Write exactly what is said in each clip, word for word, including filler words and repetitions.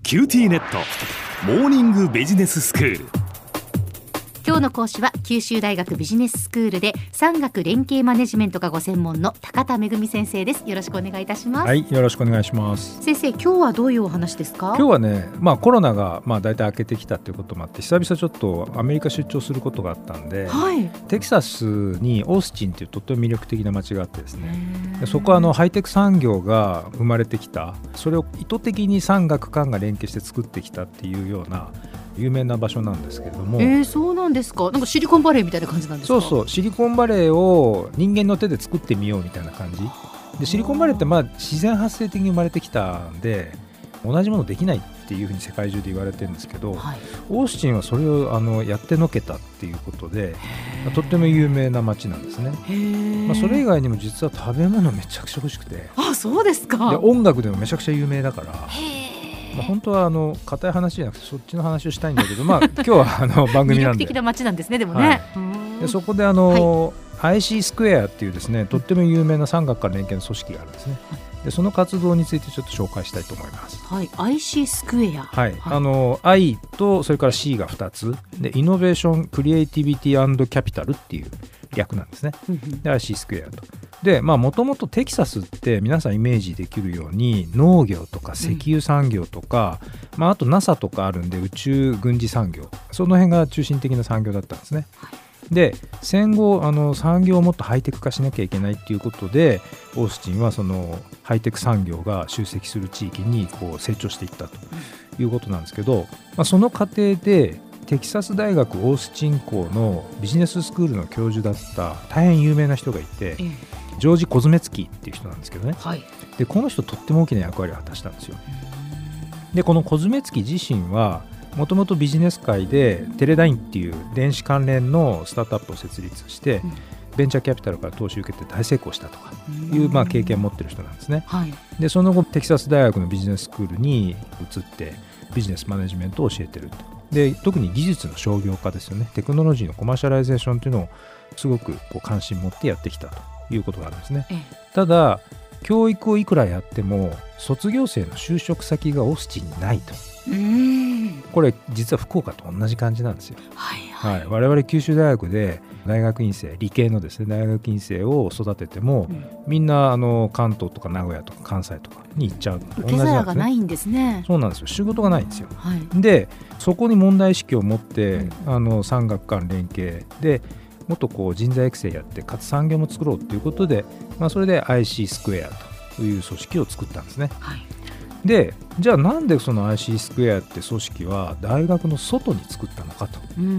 キューティーネットモーニングビジネススクール。 今日の講師は九州大学ビジネススクールで産学連携マネジメントがご専門の高田恵先生です。よろしくお願いいたします。 はい、よろしくお願いします。 先生、今日はどういうお話ですか？ 今日はね、まあ、コロナがまあ大体明けてきたということもあって久々ちょっとアメリカ出張することがあったんで、 はい、 テキサスにオースティンというとっても魅力的な街があってですね、でそこはあのハイテク産業が生まれてきた、それを意図的に産学官が連携して作ってきたっていうような有名な場所なんですけれども、 えー、そうなんですか。なんかシリコンバレーみたいな感じなんですか？ そうそう、シリコンバレーを人間の手で作ってみようみたいな感じで、シリコンバレーってまあ自然発生的に生まれてきたんで同じものできないっていうふうに世界中で言われてるんですけど、はい、オースティンはそれをあのやってのけたっていうことでとっても有名な街なんですね。まあ、それ以外にも実は食べ物めちゃくちゃ美味しくて、 あ、そうですか。 で音楽でもめちゃくちゃ有名だから、まあ、本当はあの固い話じゃなくてそっちの話をしたいんだけど、まあ、今日はあの番組なんで魅力的な街なんですね。でもね、 はい、でそこであの、はい、アイシー スクエアっていうですねとっても有名な産学官連携の組織があるんですね。でその活動についてちょっと紹介したいと思います。 はい、アイシー スクエア、 はい、はい、あの I とそれから C がふたつでイノベーションクリエイティビティ&キャピタルっていう略なんですね。で アイシー スクエアとで、まあもともとテキサスって皆さんイメージできるように農業とか石油産業とか、うん、まあ、あと ナサ とかあるんで宇宙軍事産業、その辺が中心的な産業だったんですね。はい、で戦後あの産業をもっとハイテク化しなきゃいけないっていうことでオースティンはそのハイテク産業が集積する地域にこう成長していったということなんですけど、まあ、その過程でテキサス大学オースティン校のビジネススクールの教授だった大変有名な人がいて、うん、ジョージ・コズメツキーっていう人なんですけどね、はい、でこの人とっても大きな役割を果たしたんですよ。でこのコズメツキー自身はもともとビジネス界でテレダインっていう電子関連のスタートアップを設立して、うん、ベンチャーキャピタルから投資を受けて大成功したとかいうまあ経験を持ってる人なんですね。はい、でその後テキサス大学のビジネススクールに移ってビジネスマネジメントを教えてると。で特に技術の商業化ですよね、テクノロジーのコマーシャライゼーションというのをすごくこう関心持ってやってきたということがあるんですね。ええ、ただ教育をいくらやっても卒業生の就職先がオースティンにないと。うーん、これ実は福岡と同じ感じなんですよ。はいはいはい、我々九州大学で大学院生、理系のですね大学院生を育てても、うん、みんなあの関東とか名古屋とか関西とかに行っちゃうのと同じなんですね。受け皿がないんですね。そうなんですよ、仕事がないんですよ。はい、でそこに問題意識を持って、うん、あの産学官連携でもっとこう人材育成やってかつ産業も作ろうということで、まあ、それで アイシー スクエアという組織を作ったんですね。はい、でじゃあなんでその アイシー スクエアって組織は大学の外に作ったのかと、うんうん、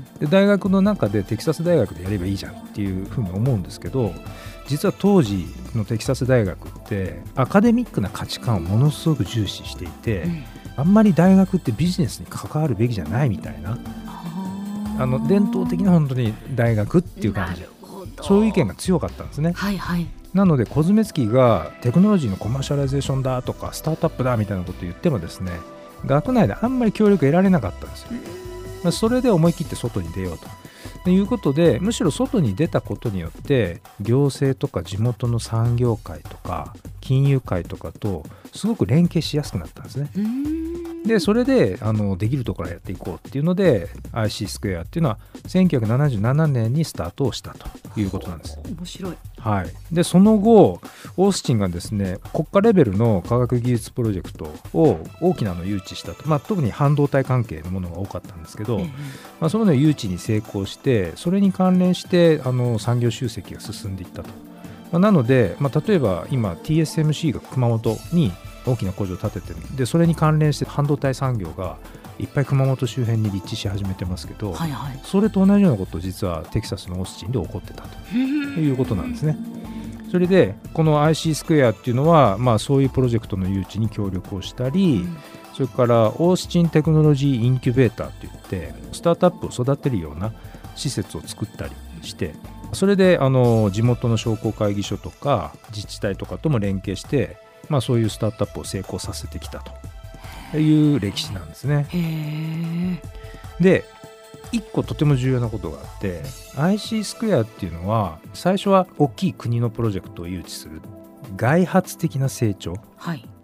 で大学の中でテキサス大学でやればいいじゃんっていうふうに思うんですけど、実は当時のテキサス大学ってアカデミックな価値観をものすごく重視していて、うん、あんまり大学ってビジネスに関わるべきじゃないみたいな、あの伝統的な本当に大学っていう感じ、そういう意見が強かったんですね。はいはい、なのでコズメツキーがテクノロジーのコマーシャライゼーションだとかスタートアップだみたいなことを言ってもですね、学内であんまり協力得られなかったんですよ。まあ、それで思い切って外に出ようということで、むしろ外に出たことによって行政とか地元の産業界とか金融界とかとすごく連携しやすくなったんですね。でそれであのできるところからやっていこうっていうので アイシー スクエアっていうのはせんきゅうひゃくななじゅうななねんにスタートをしたということなんです。 面白い。 はい、でその後オースティンがですね国家レベルの科学技術プロジェクトを大きなのを誘致したと、まあ、特に半導体関係のものが多かったんですけど、うんまあ、そのの誘致に成功してそれに関連してあの産業集積が進んでいったと。まあ、なので、まあ、例えば今 ティーエスエムシー が熊本に大きな工場を建ててる。でそれに関連して半導体産業がいっぱい熊本周辺に立地し始めてますけど、はいはい、それと同じようなことを実はテキサスのオースティンで起こってたということなんですね。それでこの アイシー スクエアっていうのは、まあ、そういうプロジェクトの誘致に協力をしたり、うん、それからオースティンテクノロジーインキュベーターっていってスタートアップを育てるような施設を作ったりして、それであの地元の商工会議所とか自治体とかとも連携してまあ、そういうスタートアップを成功させてきたという歴史なんですね。へで一個とても重要なことがあって アイシー スクエアっていうのは最初は大きい国のプロジェクトを誘致する外発的な成長、はい、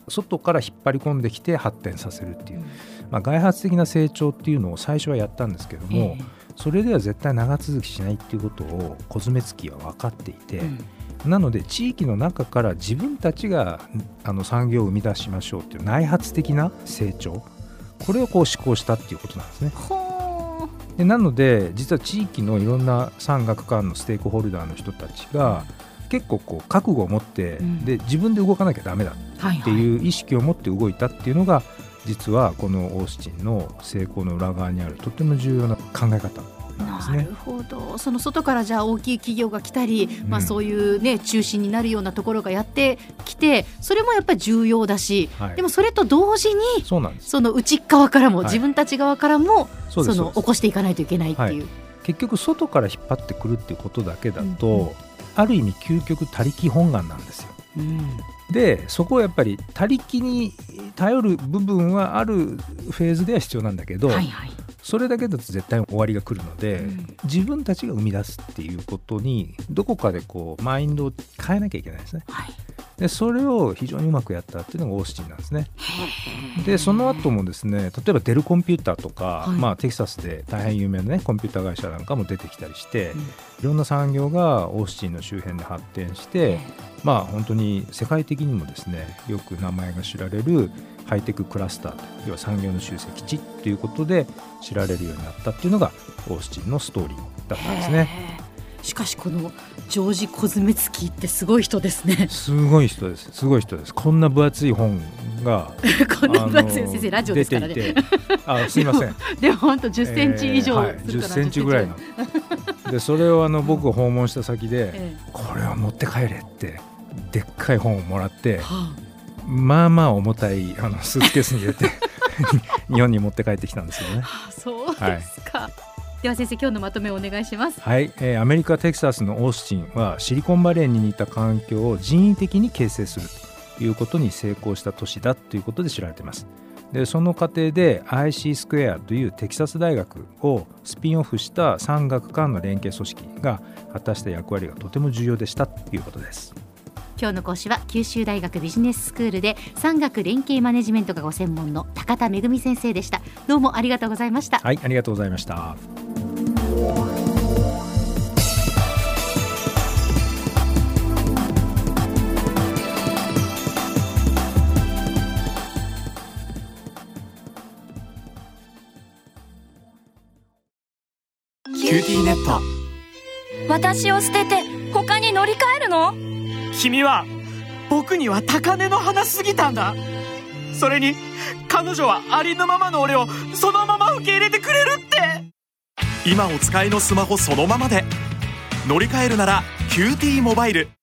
外から引っ張り込んできて発展させるっていう、まあ、外発的な成長っていうのを最初はやったんですけども、えー、それでは絶対長続きしないっていうことをコズメツキーは分かっていて、うん、なので地域の中から自分たちがあの産業を生み出しましょうっていう内発的な成長、これをこう施行したっていうことなんですね。でなので実は地域のいろんな産学官のステークホルダーの人たちが結構こう覚悟を持って、うん、で自分で動かなきゃダメだっていう意識を持って動いたっていうのが、実はこのオースティンの成功の裏側にあるとても重要な考え方なんですね。 なるほど。その外からじゃあ大きい企業が来たり、うん、まあ、そういう、ね、中心になるようなところがやってきて、それもやっぱり重要だし、はい、でもそれと同時にそうなんです。その内側からも、はい、自分たち側からもその起こしていかないといけないっていう、はい、 結局外から引っ張ってくるっていうことだけだと、うんうん、ある意味究極他力本願なんですよ、うん、でそこはやっぱり他力に頼る部分はあるフェーズでは必要なんだけど、はいはい、それだけだと絶対終わりが来るので、うん、自分たちが生み出すっていうことにどこかでこうマインドを変えなきゃいけないですね、はい、でそれを非常にうまくやったっていうのがオースティンなんですね。でその後もですね、例えばデルコンピューターとか、はい、まあ、テキサスで大変有名な、ね、コンピューター会社なんかも出てきたりして、うん、いろんな産業がオースティンの周辺で発展して、まあ、本当に世界的にもですねよく名前が知られるハイテククラスター、要は産業の集積地ということで知られるようになったっていうのがオースティンのストーリーだったんですね。 しかしこのジョージ・コズメツキーってすごい人ですね。 すごい人です。すごい人です。こんな分厚い本がこんな分厚い、先生ラジオですからね。 出ていて、あ、すいません。 でも本当じゅっセンチ以上、えーはい、 じゅっセンチぐらいので、それをあの僕が訪問した先で、えー、これを持って帰れってでっかい本をもらって、はあ、まあまあ重たいあのスーツケースに入れて日本に持って帰ってきたんですよね。 はあ、そうですか、はい。では先生、今日のまとめをお願いします。 はい、えー、アメリカテキサスのオースティンはシリコンバレーに似た環境を人為的に形成するということに成功した都市だということで知られています。でその過程で アイシー スクエアというテキサス大学をスピンオフした産学官の連携組織が果たした役割がとても重要でしたということです。 今日の講師は九州大学ビジネススクールで産学連携マネジメントがご専門の高田恵先生でした。どうもありがとうございました。 はい、ありがとうございました。 キューティーネット。 私を捨てて他に乗り換えるの？ 君は僕には高嶺の花すぎたんだ。それに彼女はありのままの俺をそのまま受け入れてくれるって。 今お使いのスマホそのままで乗り換えるなら キューティー モバイル。